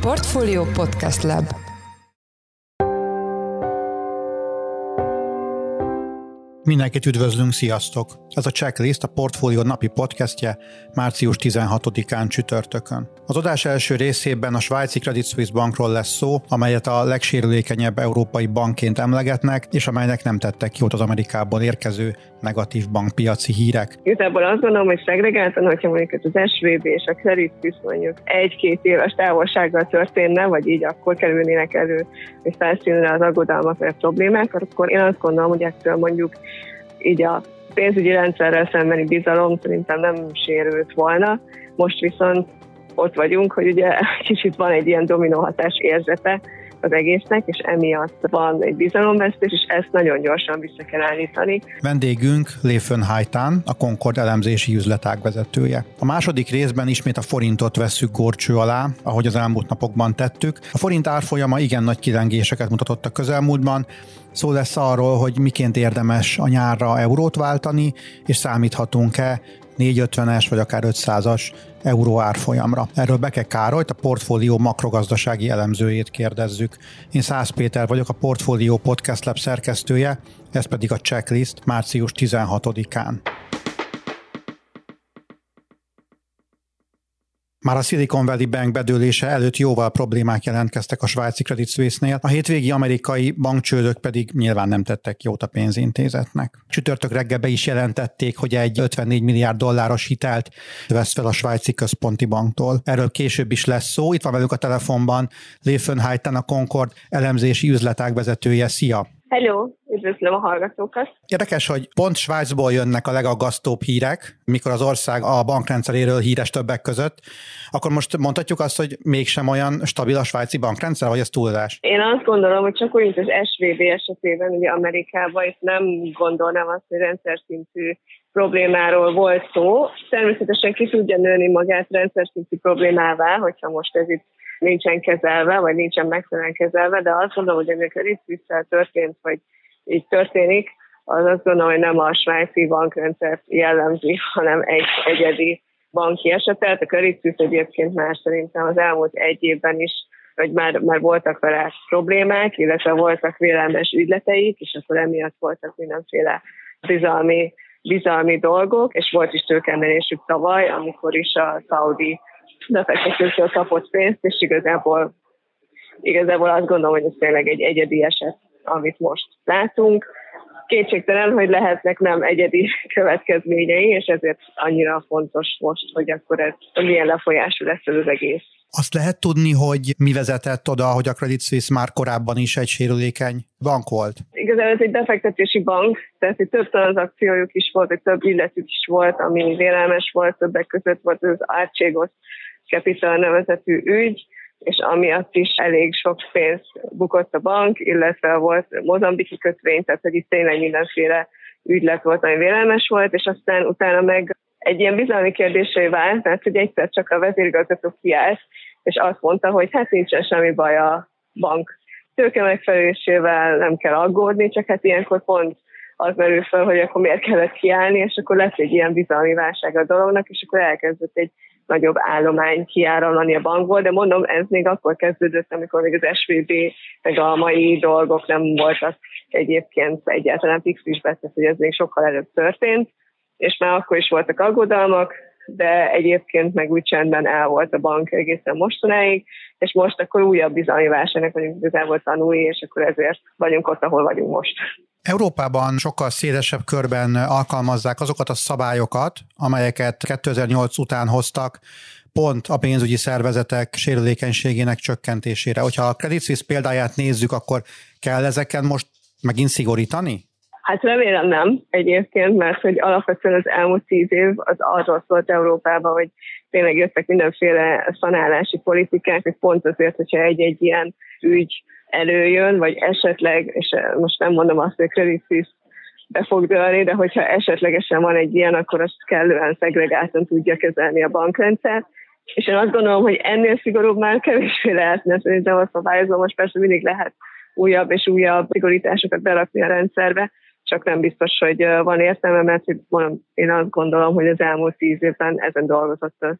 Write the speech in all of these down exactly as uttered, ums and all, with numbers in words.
Portfolio Podcast Lab. Mindenkit üdvözlünk, sziasztok! Ez a Checklist, a Portfolio napi podcastje március tizenhatodikán csütörtökön. Az adás első részében a svájci Credit Suisse bankról lesz szó, amelyet a legsérülékenyebb európai bankként emlegetnek, és amelynek nem tettek jót az Amerikából érkező negatív bankpiaci hírek. Igazából azt gondolom, hogy szegregáltan, hogyha mondjuk az es vé bé és a Credit Suisse mondjuk egy-két éves távolsággal történne, vagy így akkor kerülnének elő, és felszínűre az aggodalmak vagy a problémák, akkor én azt gondolom, hogy ettől mondjuk így a pénzügyi rendszerrel szembeni bizalom szerintem nem sérült volna. Most viszont ott vagyunk, hogy ugye kicsit van egy ilyen dominóhatás érzete az egésznek, és emiatt van egy bizalomvesztés, és ezt nagyon gyorsan vissza kell állítani. Vendégünk Lê Xuân Hai Tan, a Concord elemzési üzletág vezetője. A második részben ismét a forintot vesszük górcső alá, ahogy az elmúlt napokban tettük. A forint árfolyama igen nagy kilengéseket mutatott a közelmúltban. Szó lesz arról, hogy miként érdemes a nyárra eurót váltani, és számíthatunk-e négyszázötvenes vagy akár ötszázas euró árfolyamra. Erről Beke Károlyt, a Portfolio makrogazdasági elemzőjét kérdezzük. Én Szász Péter vagyok, a Portfolio Podcast Lab szerkesztője, ez pedig a Checklist március tizenhatodikán. Már a Silicon Valley Bank bedőlése előtt jóval problémák jelentkeztek a svájci Credit Suisse-nél, a hétvégi amerikai bankcsődök pedig nyilván nem tettek jót a pénzintézetnek. Csütörtök reggel be is jelentették, hogy egy ötvennégy milliárd dolláros hitelt vesz fel a svájci központi banktól. Erről később is lesz szó. Itt van velünk a telefonban Lê Xuân Hai Tan, a Concord elemzési üzletág vezetője. Szia! Hello, üdvözlöm a hallgatókat! Érdekes, hogy pont Svájcból jönnek a legaggasztóbb hírek, mikor az ország a bankrendszeréről híres többek között. Akkor most mondhatjuk azt, hogy mégsem olyan stabil a svájci bankrendszer, vagy ez túlzás? Én azt gondolom, hogy csak úgy, mint az es vé bé esetében, ugye Amerikában, itt nem gondolnám azt, hogy rendszer szintű problémáról volt szó. Természetesen ki tudja nőni magát rendszer szintű problémává, hogyha most ez itt nincsen kezelve, vagy nincsen megfelelően kezelve, de azt gondolom, hogy amikor Credit Suisse-szel történt, vagy így történik, az azt gondolom, hogy nem a svájci bankrendszert jellemzi, hanem egy egyedi banki esetet. A Credit Suisse egyébként már szerintem az elmúlt egy évben is, hogy már, már voltak vele problémák, illetve voltak vélelmes ügyleteik, és akkor emiatt voltak mindenféle bizalmi, bizalmi dolgok, és volt is tőkeemelésük tavaly, amikor is a szaudi befektetőktől kapott pénzt, és igazából, igazából azt gondolom, hogy ez tényleg egy egyedi eset, amit most látunk. Kétségtelen, hogy lehetnek nem egyedi következményei, és ezért annyira fontos most, hogy akkor ez milyen lefolyású lesz ez az egész. Azt lehet tudni, hogy mi vezetett oda, hogy a Credit Suisse már korábban is egy sérülékeny bank volt? Igazából ez egy befektetési bank, tehát egy több tranzakciójuk is volt, egy több illetük is volt, ami vélelmes volt, többek között volt az Archegos Capital nevezetű ügy, és amiatt is elég sok pénz bukott a bank, illetve volt mozambiki kötvény, tehát hogy itt tényleg mindenféle ügylet volt, ami vélelmes volt, és aztán utána meg egy ilyen bizalmi kérdésé vált, mert hogy egyszer csak a vezérigazgató kiállt, és azt mondta, hogy hát nincsen semmi baj a bank tőke megfelelésével, nem kell aggódni, csak hát ilyenkor pont az merül fel, hogy akkor miért kellett kiállni, és akkor lesz egy ilyen bizalmi válság a dolognak, és akkor elkezdett egy nagyobb állomány kiáramlani a bankból, de mondom, ez még akkor kezdődött, amikor még az es vé bé, meg a mai dolgok nem voltak egyébként egyáltalán fixisbe, tehát hogy ez még sokkal előbb történt, és már akkor is voltak aggodalmak, de egyébként meg úgy csendben el volt a bank egészen mostanáig, és most akkor újabb bizalmi válságnak vagyunk igazából tanulni, és akkor ezért vagyunk ott, ahol vagyunk most. Európában sokkal szélesebb körben alkalmazzák azokat a szabályokat, amelyeket kétezer-nyolc után hoztak pont a pénzügyi szervezetek sérülékenységének csökkentésére. Hogyha a Credit Suisse példáját nézzük, akkor kell ezeken most megint szigorítani? Hát remélem nem egyébként, mert hogy alapvetően az elmúlt tíz év az arról szólt Európában, hogy tényleg jöttek mindenféle szanálási politikák, hogy pont azért, hogyha egy-egy ilyen ügy előjön, vagy esetleg, és most nem mondom azt, hogy Credit Suisse be fog dőlni, de hogyha esetlegesen van egy ilyen, akkor azt kellően szegregáltan tudja kezelni a bankrendszer. És én azt gondolom, hogy ennél szigorúbb már kevésbé lehetne, szerintem a szabályozó most persze mindig lehet újabb és újabb szigorításokat berakni a rendszerbe, csak nem biztos, hogy van értelme, mert mondom, én azt gondolom, hogy az elmúlt tíz évben ezen dolgozott a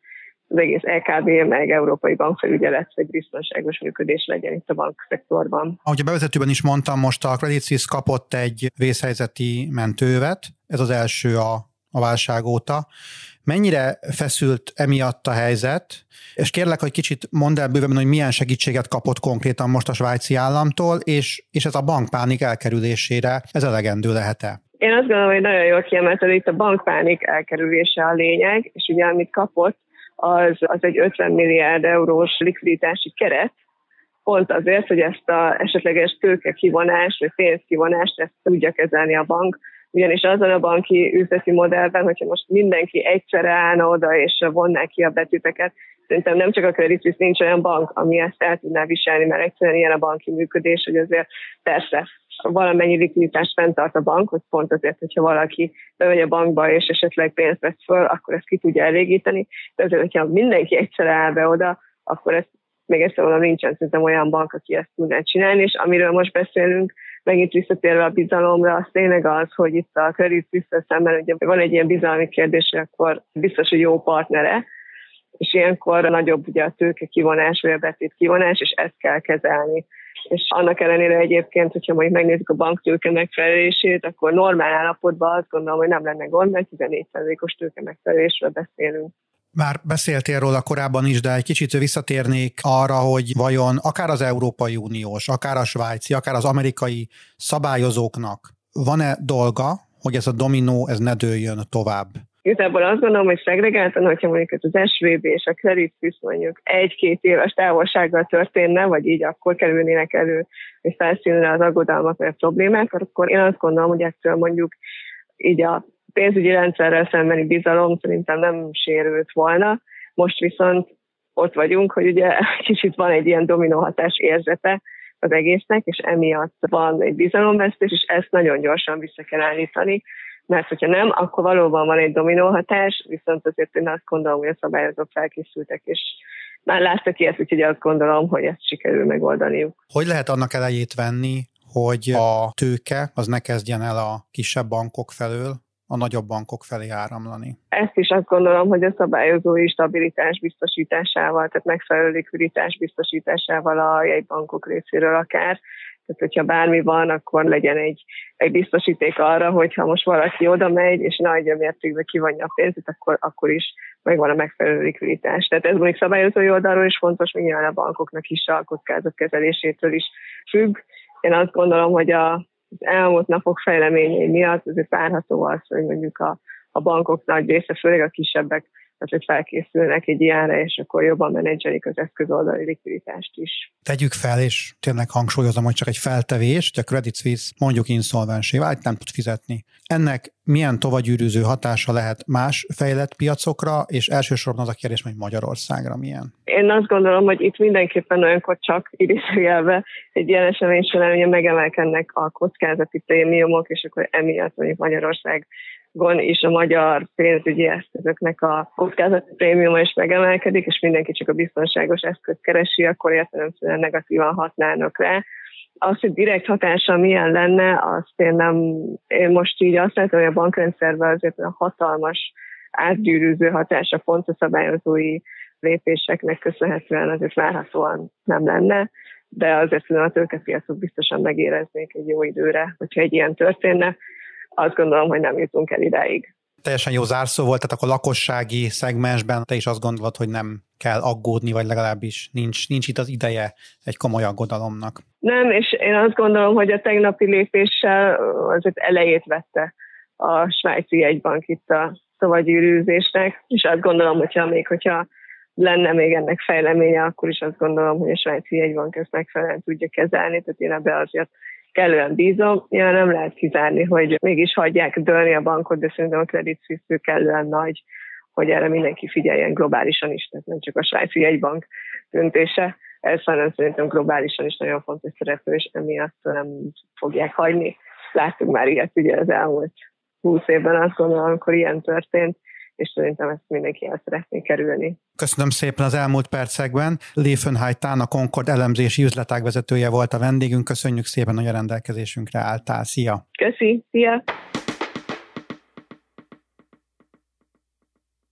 az egész é ká bé, meg Európai Bankfelügyelet, hogy biztonságos működés legyen itt a bankszektorban. Ahogy a bevezetőben is mondtam, most a Credit Suisse kapott egy vészhelyzeti mentővet, ez az első a, a válság óta. Mennyire feszült emiatt a helyzet, és kérlek, hogy kicsit mondd el bővebben, hogy milyen segítséget kapott konkrétan most a svájci államtól, és, és ez a bankpánik elkerülésére, ez elegendő lehet-e? Én azt gondolom, hogy nagyon jól kiemelted, hogy itt a bankpánik elkerülése a lényeg, és ugye amit kapott, az, az egy ötven milliárd eurós likviditási keret, pont azért, hogy ezt az esetleges tőkekivonást, vagy pénzkivonást ezt tudja kezelni a bank, ugyanis azon a banki üzleti modellben, hogyha most mindenki egyszerre állna oda, és vonná ki a betűteket, szerintem nem csak a Credit Suisse, nincs olyan bank, ami ezt el tudná viselni, mert egyszerűen ilyen a banki működés, hogy azért persze valamennyi likviditást fenntart a bank, hogy pont azért, hogyha valaki bemegy a bankba, és esetleg pénzt vesz föl, akkor ezt ki tudja elégíteni, de azért, hogyha mindenki egyszerre áll be oda, akkor ezt még egyszer mondom, nincsen szerintem olyan bank, aki ezt tudná csinálni, és amiről most beszélünk, megint visszatérve a bizalomra, az tényleg az, hogy itt a Credit Suisse szemben ugye van egy ilyen bizalmi kérdés, akkor biztos, hogy jó partnere, és ilyenkor nagyobb ugye a tőke kivonás, vagy a betét kivonás, és ezt kell kezelni. És annak ellenére egyébként, hogyha majd megnézzük a banktőke megfelelését, akkor normál állapotban azt gondolom, hogy nem lenne gond, mert tizennégy százalékos tőke megfelelésről beszélünk. Már beszéltél róla korábban is, de egy kicsit visszatérnék arra, hogy vajon akár az Európai Uniós, akár a svájci, akár az amerikai szabályozóknak van-e dolga, hogy ez a dominó ez ne dőljön tovább? Igazából azt gondolom, hogy szegregáltan, hogyha mondjuk az es vé bé és a Credit Suisse mondjuk egy-két éves távolsággal történne, vagy így akkor kerülnének elő, és felszínre az aggodalmak vagy a problémák, akkor én azt gondolom, hogy ettől mondjuk így a pénzügyi rendszerrel szembeni bizalom szerintem nem sérült volna. Most viszont ott vagyunk, hogy ugye kicsit van egy ilyen dominóhatás érzete az egésznek, és emiatt van egy bizalomvesztés, és ezt nagyon gyorsan vissza kell állítani, mert hogyha nem, akkor valóban van egy dominóhatás, viszont azért én azt gondolom, hogy a szabályozók felkészültek, és már láttak ilyet, úgyhogy azt gondolom, hogy ezt sikerül megoldaniuk. Hogy lehet annak elejét venni, hogy a tőke az ne kezdjen el a kisebb bankok felől a nagyobb bankok felé áramlani? Ezt is azt gondolom, hogy a szabályozói stabilitás biztosításával, tehát megfelelő likviditás biztosításával a jegybankok részéről akár. Tehát, hogyha bármi van, akkor legyen egy, egy biztosíték arra, hogyha most valaki oda megy, és nagy mértékben kivonja a pénzét, akkor, akkor is megvan a megfelelő likviditás. Tehát ez mondjuk szabályozói oldalról is fontos, még nyilván a bankoknak is a kockázatkezelésétől is függ. Én azt gondolom, hogy a, az elmúlt napok fejleményei miatt azért várható az, hogy mondjuk a, a bankok nagy része, főleg a kisebbek, tehát felkészülnek egy ilyenre, és akkor jobban menedzselik az eszközoldali likviditást is. Tegyük fel, és tényleg hangsúlyozom, hogy csak egy feltevés, hogy a Credit Suisse mondjuk inszolvensé vált, nem tud fizetni. Ennek milyen tovagyűrűző hatása lehet más fejlett piacokra, és elsősorban az a kérdés, hogy Magyarországra milyen? Én azt gondolom, hogy itt mindenképpen olyankor csak idézőjelben egy ilyen esemény során ugye megemelkednek a kockázati prémiumok, és akkor emiatt mondjuk Magyarország és a magyar pénzügyi eszközöknek a kockázati prémiuma is megemelkedik, és mindenki csak a biztonságos eszközt keresi, akkor értelemszerűen negatívan hatnának rá. Az, hogy direkt hatása milyen lenne, azt én nem, én most így azt látom, hogy a bankrendszerben azért a hatalmas átgyűrűző hatása pont a szabályozói lépéseknek köszönhetően azért várhatóan nem lenne, de azért a tőkepiacok biztosan megéreznék egy jó időre, hogyha egy ilyen történne. Azt gondolom, hogy nem jutunk el idáig. Teljesen jó zárszó volt, tehát akkor a lakossági szegmensben te is azt gondolod, hogy nem kell aggódni, vagy legalábbis nincs, nincs itt az ideje egy komoly aggodalomnak. Nem, és én azt gondolom, hogy a tegnapi lépéssel azért elejét vette a svájci jegybank itt a tovagyűrűzésnek, és azt gondolom, hogyha még hogyha lenne még ennek fejleménye, akkor is azt gondolom, hogy a svájci jegybank ezt megfelelően tudja kezelni, tehát én ebbe azért kellően bízom. Ja, nem lehet kizárni, hogy mégis hagyják dőlni a bankot, de szerintem a Credit Suisse kellően nagy, hogy erre mindenki figyeljen globálisan is, tehát nem csak a svájci jegybank döntése. Ez hanem szerintem globálisan is nagyon fontos szereplő, és emiatt nem fogják hagyni. Láttuk már ilyet ugye az elmúlt húsz évben, azt gondolom, amikor ilyen történt, és szerintem ezt mindenki el szeretné kerülni. Köszönöm szépen az elmúlt percekben. Léfön Tán, a Concord elemzési üzletág vezetője volt a vendégünk. Köszönjük szépen, hogy a rendelkezésünkre álltál. Szia! Köszi, szia!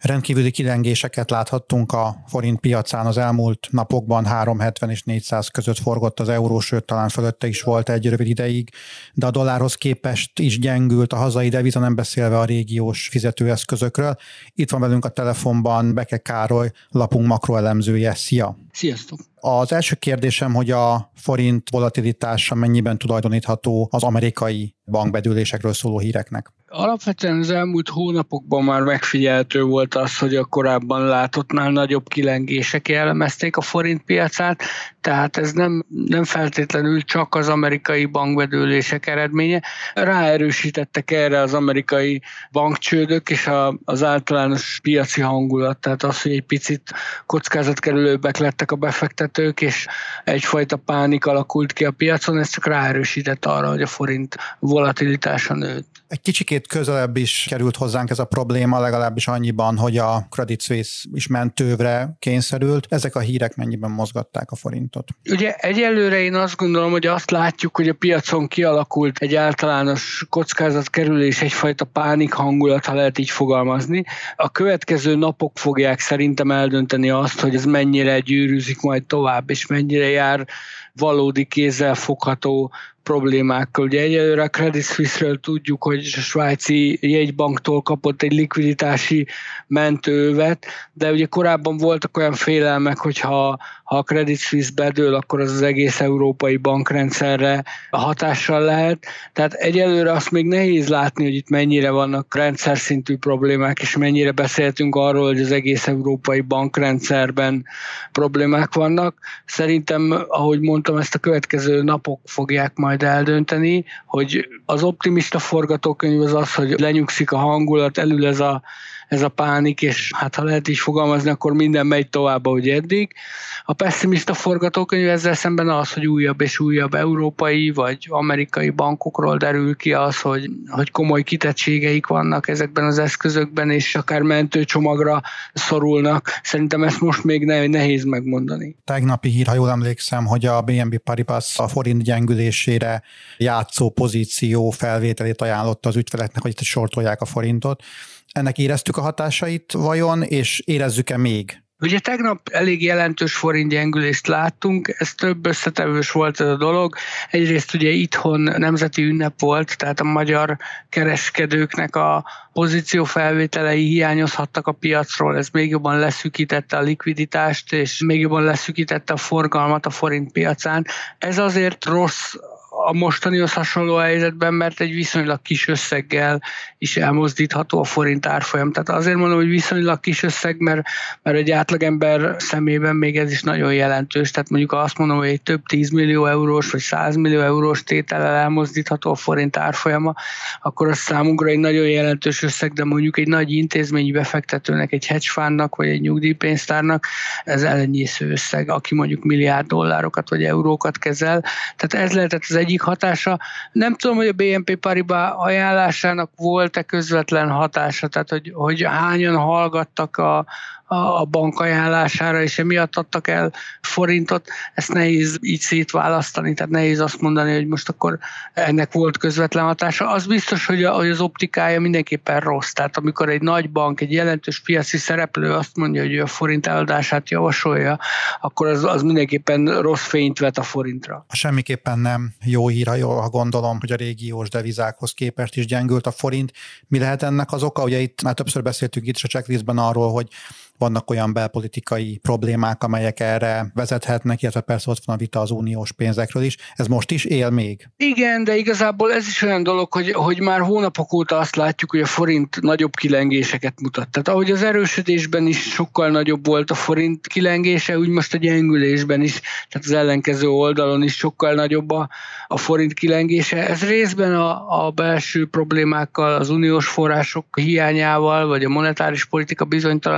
Rendkívüli kilengéseket láthattunk a forint piacán az elmúlt napokban, három hetven és négyszáz között forgott az euró, sőt talán fölötte is volt egy rövid ideig, de a dollárhoz képest is gyengült a hazai deviza, nem beszélve a régiós fizetőeszközökről. Itt van velünk a telefonban Beke Károly, lapunk makroelemzője. Szia! Sziasztok! Az első kérdésem, hogy a forint volatilitása mennyiben tulajdonítható az amerikai bankbedőlésekről szóló híreknek? Alapvetően az elmúlt hónapokban már megfigyelhető volt az, hogy a korábban látottnál nagyobb kilengések jellemezték a forint piacát, tehát ez nem, nem feltétlenül csak az amerikai bankbedőlések eredménye. Ráerősítettek erre az amerikai bankcsődök és a, az általános piaci hangulat, tehát az, hogy egy picit kockázatkerülőbbek lettek a befektetők, és egyfajta pánik alakult ki a piacon, ez csak ráerősített arra, hogy a forint volatilitása nőtt. Egy kicsikét közelebb is került hozzánk ez a probléma, legalábbis annyiban, hogy a Credit Suisse is mentővre kényszerült. Ezek a hírek mennyiben mozgatták a forintot? Ugye egyelőre én azt gondolom, hogy azt látjuk, hogy a piacon kialakult egy általános kockázatkerülés, egyfajta pánik hangulat, ha lehet így fogalmazni. A következő napok fogják szerintem eldönteni azt, hogy ez mennyire gyűrűzik majd tovább, és mennyire jár valódi kézzel fogható problémákkal. Ugye egyelőre a Credit Suisse-ről tudjuk, hogy a svájci jegybanktól kapott egy likviditási mentővet, de ugye korábban voltak olyan félelmek, hogy ha, ha a Credit Suisse bedől, akkor az az egész európai bankrendszerre hatással lehet. Tehát egyelőre azt még nehéz látni, hogy itt mennyire vannak rendszer szintű problémák, és mennyire beszéltünk arról, hogy az egész európai bankrendszerben problémák vannak. Szerintem, ahogy mondtam, ezt a következő napok fogják majd eldönteni, hogy az optimista forgatókönyv az az, hogy lenyugszik a hangulat, elül ez a, ez a pánik, és hát ha lehet így fogalmazni, akkor minden megy tovább, ahogy eddig. A pessimista forgatókönyv ezzel szemben az, hogy újabb és újabb európai vagy amerikai bankokról derül ki az, hogy, hogy komoly kitettségeik vannak ezekben az eszközökben, és akár mentőcsomagra szorulnak. Szerintem ezt most még nehéz megmondani. Tegnapi hír, ha jól emlékszem, hogy a bé en bé Paribas a forint gyengülésére játszó pozíció felvételét ajánlotta az ügyfeleknek, hogy itt sortolják a forintot. Ennek éreztük a hatásait vajon, és érezzük-e még? Ugye tegnap elég jelentős forint gyengülést láttunk, ez több összetevős volt ez a dolog. Egyrészt ugye itthon nemzeti ünnep volt, tehát a magyar kereskedőknek a pozíciófelvételei hiányozhattak a piacról, ez még jobban leszűkítette a likviditást, és még jobban leszűkítette a forgalmat a forint piacán. Ez azért rossz a mostanihoz hasonló helyzetben, mert egy viszonylag kis összeggel is elmozdítható a forint árfolyam. Tehát azért mondom, hogy viszonylag kis összeg, mert, mert egy átlagember szemében még ez is nagyon jelentős. Tehát mondjuk azt mondom, hogy egy több tízmillió eurós vagy százmillió eurós tétellel elmozdítható a forint árfolyama, akkor az számunkra egy nagyon jelentős összeg, de mondjuk egy nagy intézményi befektetőnek, egy hedge fundnak vagy egy nyugdíjpénztárnak ez elenyésző összeg, aki mondjuk milliárd dollárokat vagy eurókat kezel. Tehát ez lehetett az egyik hatása. Nem tudom, hogy a bé en pé Paribas ajánlásának volt-e közvetlen hatása, tehát hogy, hogy hányan hallgattak a, a bank ajánlására, és emiatt adtak el forintot, ezt nehéz így szétválasztani, tehát nehéz azt mondani, hogy most akkor ennek volt közvetlen hatása. Az biztos, hogy, a, hogy az optikája mindenképpen rossz, tehát amikor egy nagy bank, egy jelentős piaci szereplő azt mondja, hogy a forint eladását javasolja, akkor az, az mindenképpen rossz fényt vet a forintra. Semmiképpen nem jó hír, ha gondolom, hogy a régiós devizákhoz képest is gyengült a forint. Mi lehet ennek az oka? Ugye itt már többször beszéltünk itt is a checklistben arról, hogy vannak olyan belpolitikai problémák, amelyek erre vezethetnek, illetve persze ott van a vita az uniós pénzekről is. Ez most is él még? Igen, de igazából ez is olyan dolog, hogy, hogy már hónapok óta azt látjuk, hogy a forint nagyobb kilengéseket mutat. Tehát ahogy az erősödésben is sokkal nagyobb volt a forint kilengése, úgy most a gyengülésben is, tehát az ellenkező oldalon is sokkal nagyobb a, a forint kilengése. Ez részben a, a belső problémákkal, az uniós források hiányával, vagy a monetáris politika bizonytalanságával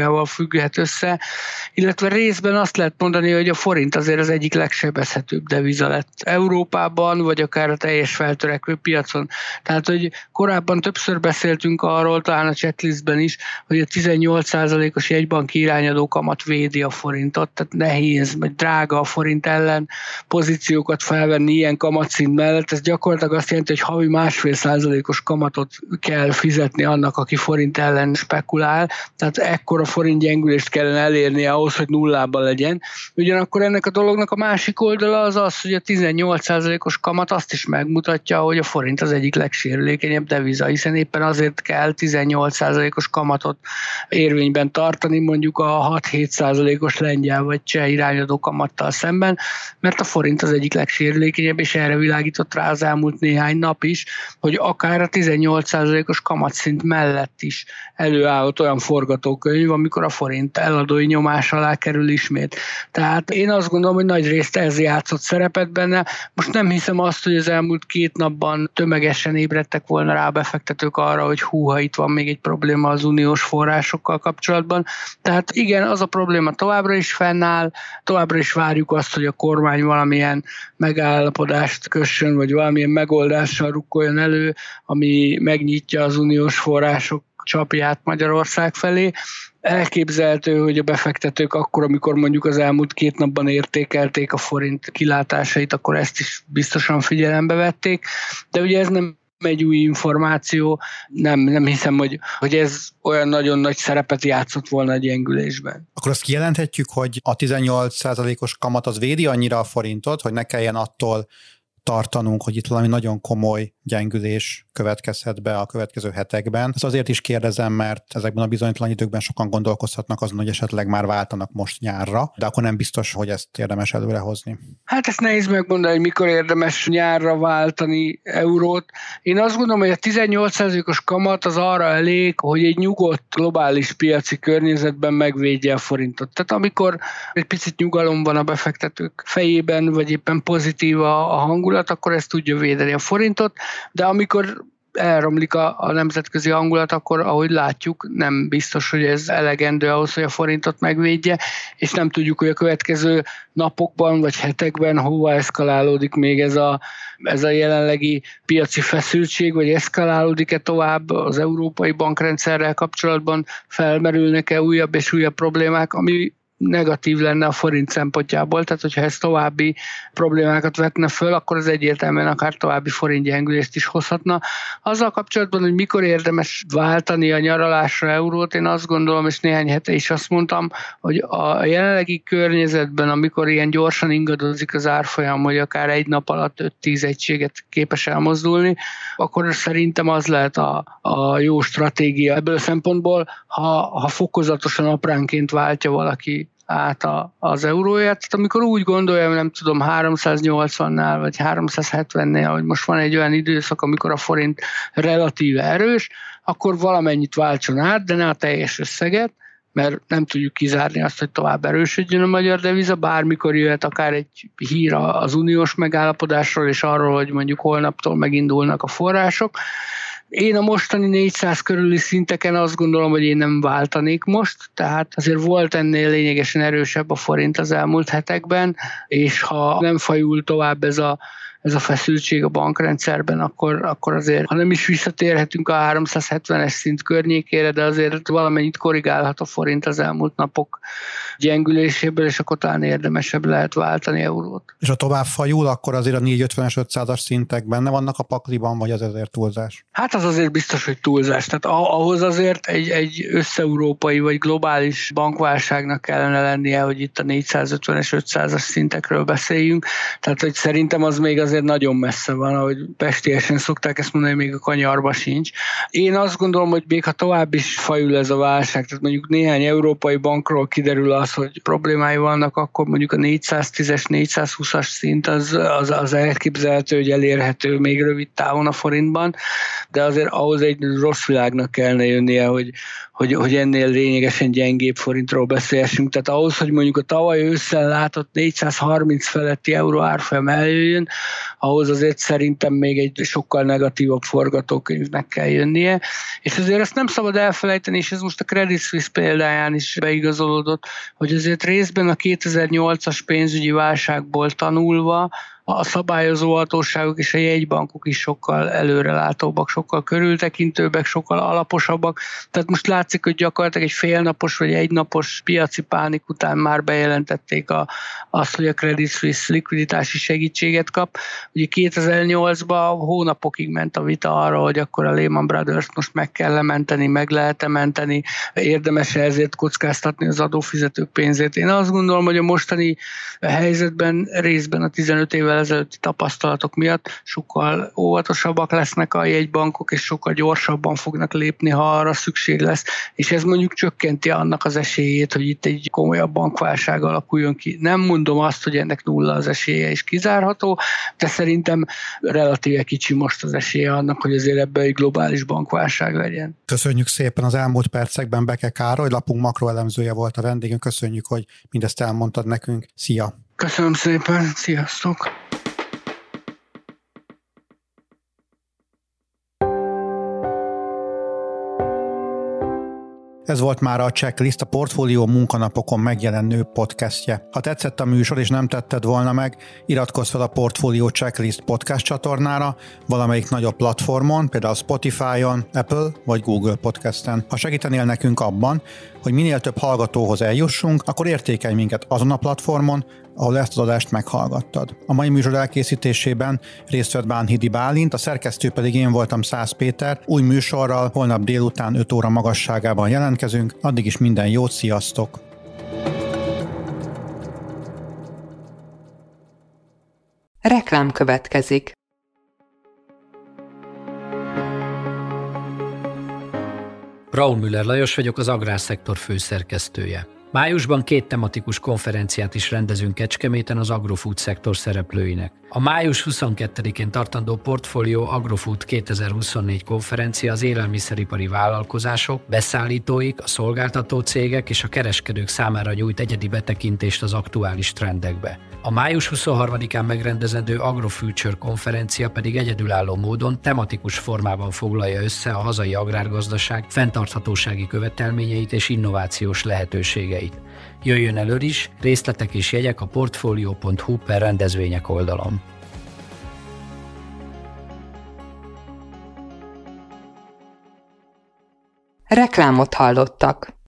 inflációjával függhet össze, illetve részben azt lehet mondani, hogy a forint azért az egyik legsebezhetőbb deviza lett Európában, vagy akár a teljes feltörekvő piacon. Tehát, hogy korábban többször beszéltünk arról, talán a checklistben is, hogy a tizennyolc százalékos jegybanki irányadó kamat védi a forintot, tehát nehéz, vagy drága a forint ellen pozíciókat felvenni ilyen kamatszint mellett. Ez gyakorlatilag azt jelenti, hogy havi másfél százalékos kamatot kell fizetni annak, aki forint ellen spekulál, tehát ekkora forint gyengülést kellene elérnie ahhoz, hogy nullában legyen. Ugyanakkor ennek a dolognak a másik oldala az az, hogy a tizennyolc százalékos kamat azt is megmutatja, hogy a forint az egyik legsérülékenyebb deviza, hiszen éppen azért kell tizennyolc százalékos kamatot érvényben tartani mondjuk a hat-hét százalékos lengyel vagy cseh irányadó kamattal szemben, mert a forint az egyik legsérülékenyebb, és erre világított rá az elmúlt néhány nap is, hogy akár a tizennyolc százalékos kamatszint mellett is előállott olyan forgatókönyv, amikor a forint eladói nyomás alá kerül ismét. Tehát én azt gondolom, hogy nagy részt ez játszott szerepet benne. Most nem hiszem azt, hogy az elmúlt két napban tömegesen ébredtek volna rá befektetők arra, hogy húha, itt van még egy probléma az uniós forrásokkal kapcsolatban. Tehát igen, az a probléma továbbra is fennáll, továbbra is várjuk azt, hogy a kormány valamilyen megállapodást kössön, vagy valamilyen megoldással rukkoljon elő, ami megnyitja az uniós források csapját Magyarország felé. Elképzelhető, hogy a befektetők akkor, amikor mondjuk az elmúlt két napban értékelték a forint kilátásait, akkor ezt is biztosan figyelembe vették, de ugye ez nem egy új információ, nem, nem hiszem, hogy, hogy ez olyan nagyon nagy szerepet játszott volna a gyengülésben. Akkor azt kijelenthetjük, hogy a tizennyolc százalékos kamat az védi annyira a forintot, hogy ne kelljen attól tartanunk, hogy itt valami nagyon komoly gyengülés következhet be a következő hetekben. Ezt azért is kérdezem, mert ezekben a bizonytalan időkben sokan gondolkozhatnak azon, hogy esetleg már váltanak most nyárra, de akkor nem biztos, hogy ezt érdemes előrehozni. Hát ezt nehéz megmondani, hogy mikor érdemes nyárra váltani eurót. Én azt gondolom, hogy a tizennyolc százalékos kamat az arra elég, hogy egy nyugodt globális piaci környezetben megvédje a forintot. Tehát amikor egy picit nyugalom van a befektetők fejében, vagy éppen pozitív a, a hangulat, akkor ezt tudja védeni a forintot, de amikor elromlik a, a nemzetközi hangulat, akkor ahogy látjuk, nem biztos, hogy ez elegendő ahhoz, hogy a forintot megvédje, és nem tudjuk, hogy a következő napokban vagy hetekben hova eszkalálódik még ez a, ez a jelenlegi piaci feszültség, vagy eszkalálódik-e tovább az európai bankrendszerrel kapcsolatban, felmerülnek-e újabb és újabb problémák, ami negatív lenne a forint szempontjából, tehát hogyha ez további problémákat vetne föl, akkor az egyértelműen akár további forintgyengülést is hozhatna. Azzal kapcsolatban, hogy mikor érdemes váltani a nyaralásra eurót, én azt gondolom, és néhány hete is azt mondtam, hogy a jelenlegi környezetben, amikor ilyen gyorsan ingadozik az árfolyam, hogy akár egy nap alatt öt-tíz egységet képes elmozdulni, akkor szerintem az lehet a, a jó stratégia. Ebből a szempontból, ha, ha fokozatosan apránként váltja valaki át a, az euróját. Tehát amikor úgy gondolja, nem tudom, háromszáznyolcvannál vagy háromszázhetvennél, hogy most van egy olyan időszak, amikor a forint relatíve erős, akkor valamennyit váltson át, de ne a teljes összeget, mert nem tudjuk kizárni azt, hogy tovább erősödjön a magyar deviza, bármikor jöhet akár egy hír az uniós megállapodásról, és arról, hogy mondjuk holnaptól megindulnak a források. Én a mostani négyszáz körüli szinteken azt gondolom, hogy én nem váltanék most, tehát azért volt ennél lényegesen erősebb a forint az elmúlt hetekben, és ha nem fajul tovább ez a ez a feszültség a bankrendszerben, akkor, akkor azért, ha nem is visszatérhetünk a háromszázhetvenes szint környékére, de azért valamennyit korrigálhat a forint az elmúlt napok gyengüléséből, és akkor talán érdemesebb lehet váltani eurót. És ha tovább fajul, akkor azért a négyszázötvenes, ötszázas szintek benne vannak a pakliban, vagy az azért túlzás? Hát az azért biztos, hogy túlzás. Tehát ahhoz azért egy, egy összeurópai vagy globális bankválságnak kellene lennie, hogy itt a négyszázötvenes, ötszázas szintekről beszéljünk. Tehát, hogy szerintem az még azért nagyon messze van, ahogy pestiesen szokták ezt mondani, még a kanyarba sincs. Én azt gondolom, hogy még ha tovább is fajul ez a válság, tehát mondjuk néhány európai bankról kiderül az, hogy problémái vannak, akkor mondjuk a négyszáztízes, négyszázhúszas szint az, az, az elképzelhető, hogy elérhető még rövid távon a forintban, de azért ahhoz egy rossz világnak kellene jönnie, hogy, hogy, hogy ennél lényegesen gyengébb forintról beszélhessünk. Tehát ahhoz, hogy mondjuk a tavaly ősszel látott négyszázharminc feletti euró árfolyam eljöjjön, ahhoz azért szerintem még egy sokkal negatívabb forgatókönyvnek kell jönnie. És azért ezt nem szabad elfelejteni, és ez most a Credit Suisse példáján is beigazolódott, hogy azért részben a kétezer-nyolcas pénzügyi válságból tanulva a szabályozó hatóságok és a jegybankok is sokkal előrelátóbbak, sokkal körültekintőbbek, sokkal alaposabbak. Tehát most látszik, hogy gyakorlatilag egy félnapos vagy egynapos piaci pánik után már bejelentették a, azt, hogy a Credit Suisse likviditási segítséget kap. Ugye kétezer-nyolcban hónapokig ment a vita arra, hogy akkor a Lehman Brothers most meg kell menteni, meg lehet menteni, érdemes ezért kockáztatni az adófizetők pénzét. Én azt gondolom, hogy a mostani helyzetben részben a tizenöt évvel ezelőtti tapasztalatok miatt sokkal óvatosabbak lesznek a jegybankok, és sokkal gyorsabban fognak lépni, ha arra szükség lesz, és ez mondjuk csökkenti annak az esélyét, hogy itt egy komolyabb bankválság alakuljon ki. Nem mondom azt, hogy ennek nulla az esélye és kizárható, de szerintem relatíve kicsi most az esélye annak, hogy azért ebből egy globális bankválság legyen. Köszönjük szépen az elmúlt percekben Beke Károly, lapunk makroelemzője volt a vendégünk. Köszönjük, hogy mindezt elmondtad nekünk. Szia! Köszönöm szépen, sziasztok! Ez volt már a Checklist, a Portfólió munkanapokon megjelenő podcastje. Ha tetszett a műsor és nem tetted volna meg, iratkozz fel a Portfólió Checklist podcast csatornára valamelyik nagyobb platformon, például Spotify-on, Apple vagy Google Podcasten. Ha segítenél nekünk abban, hogy minél több hallgatóhoz eljussunk, akkor értékelj minket azon a platformon, ahol ezt az adást meghallgattad. A mai műsor elkészítésében részt vett Bánhidi Bálint, a szerkesztő pedig én voltam, Szász Péter. Új műsorral holnap délután öt óra magasságában jelentkezünk. Addig is minden jót, sziasztok! Reklám következik. Braun Müller Lajos vagyok, az Agrárszektor főszerkesztője. Májusban két tematikus konferenciát is rendezünk Kecskeméten az agrofood szektor szereplőinek. A május huszonkettedikén tartandó Portfolio Agrofood kétezer-huszonnégy konferencia az élelmiszeripari vállalkozások, beszállítóik, a szolgáltató cégek és a kereskedők számára nyújt egyedi betekintést az aktuális trendekbe. A május huszonharmadikán megrendezendő AgroFuture konferencia pedig egyedülálló módon tematikus formában foglalja össze a hazai agrárgazdaság fenntarthatósági követelményeit és innovációs lehetőségeit. Jöjjön elő is, részletek és jegyek a portfolio pont hu per rendezvények oldalon. Reklámot hallottak.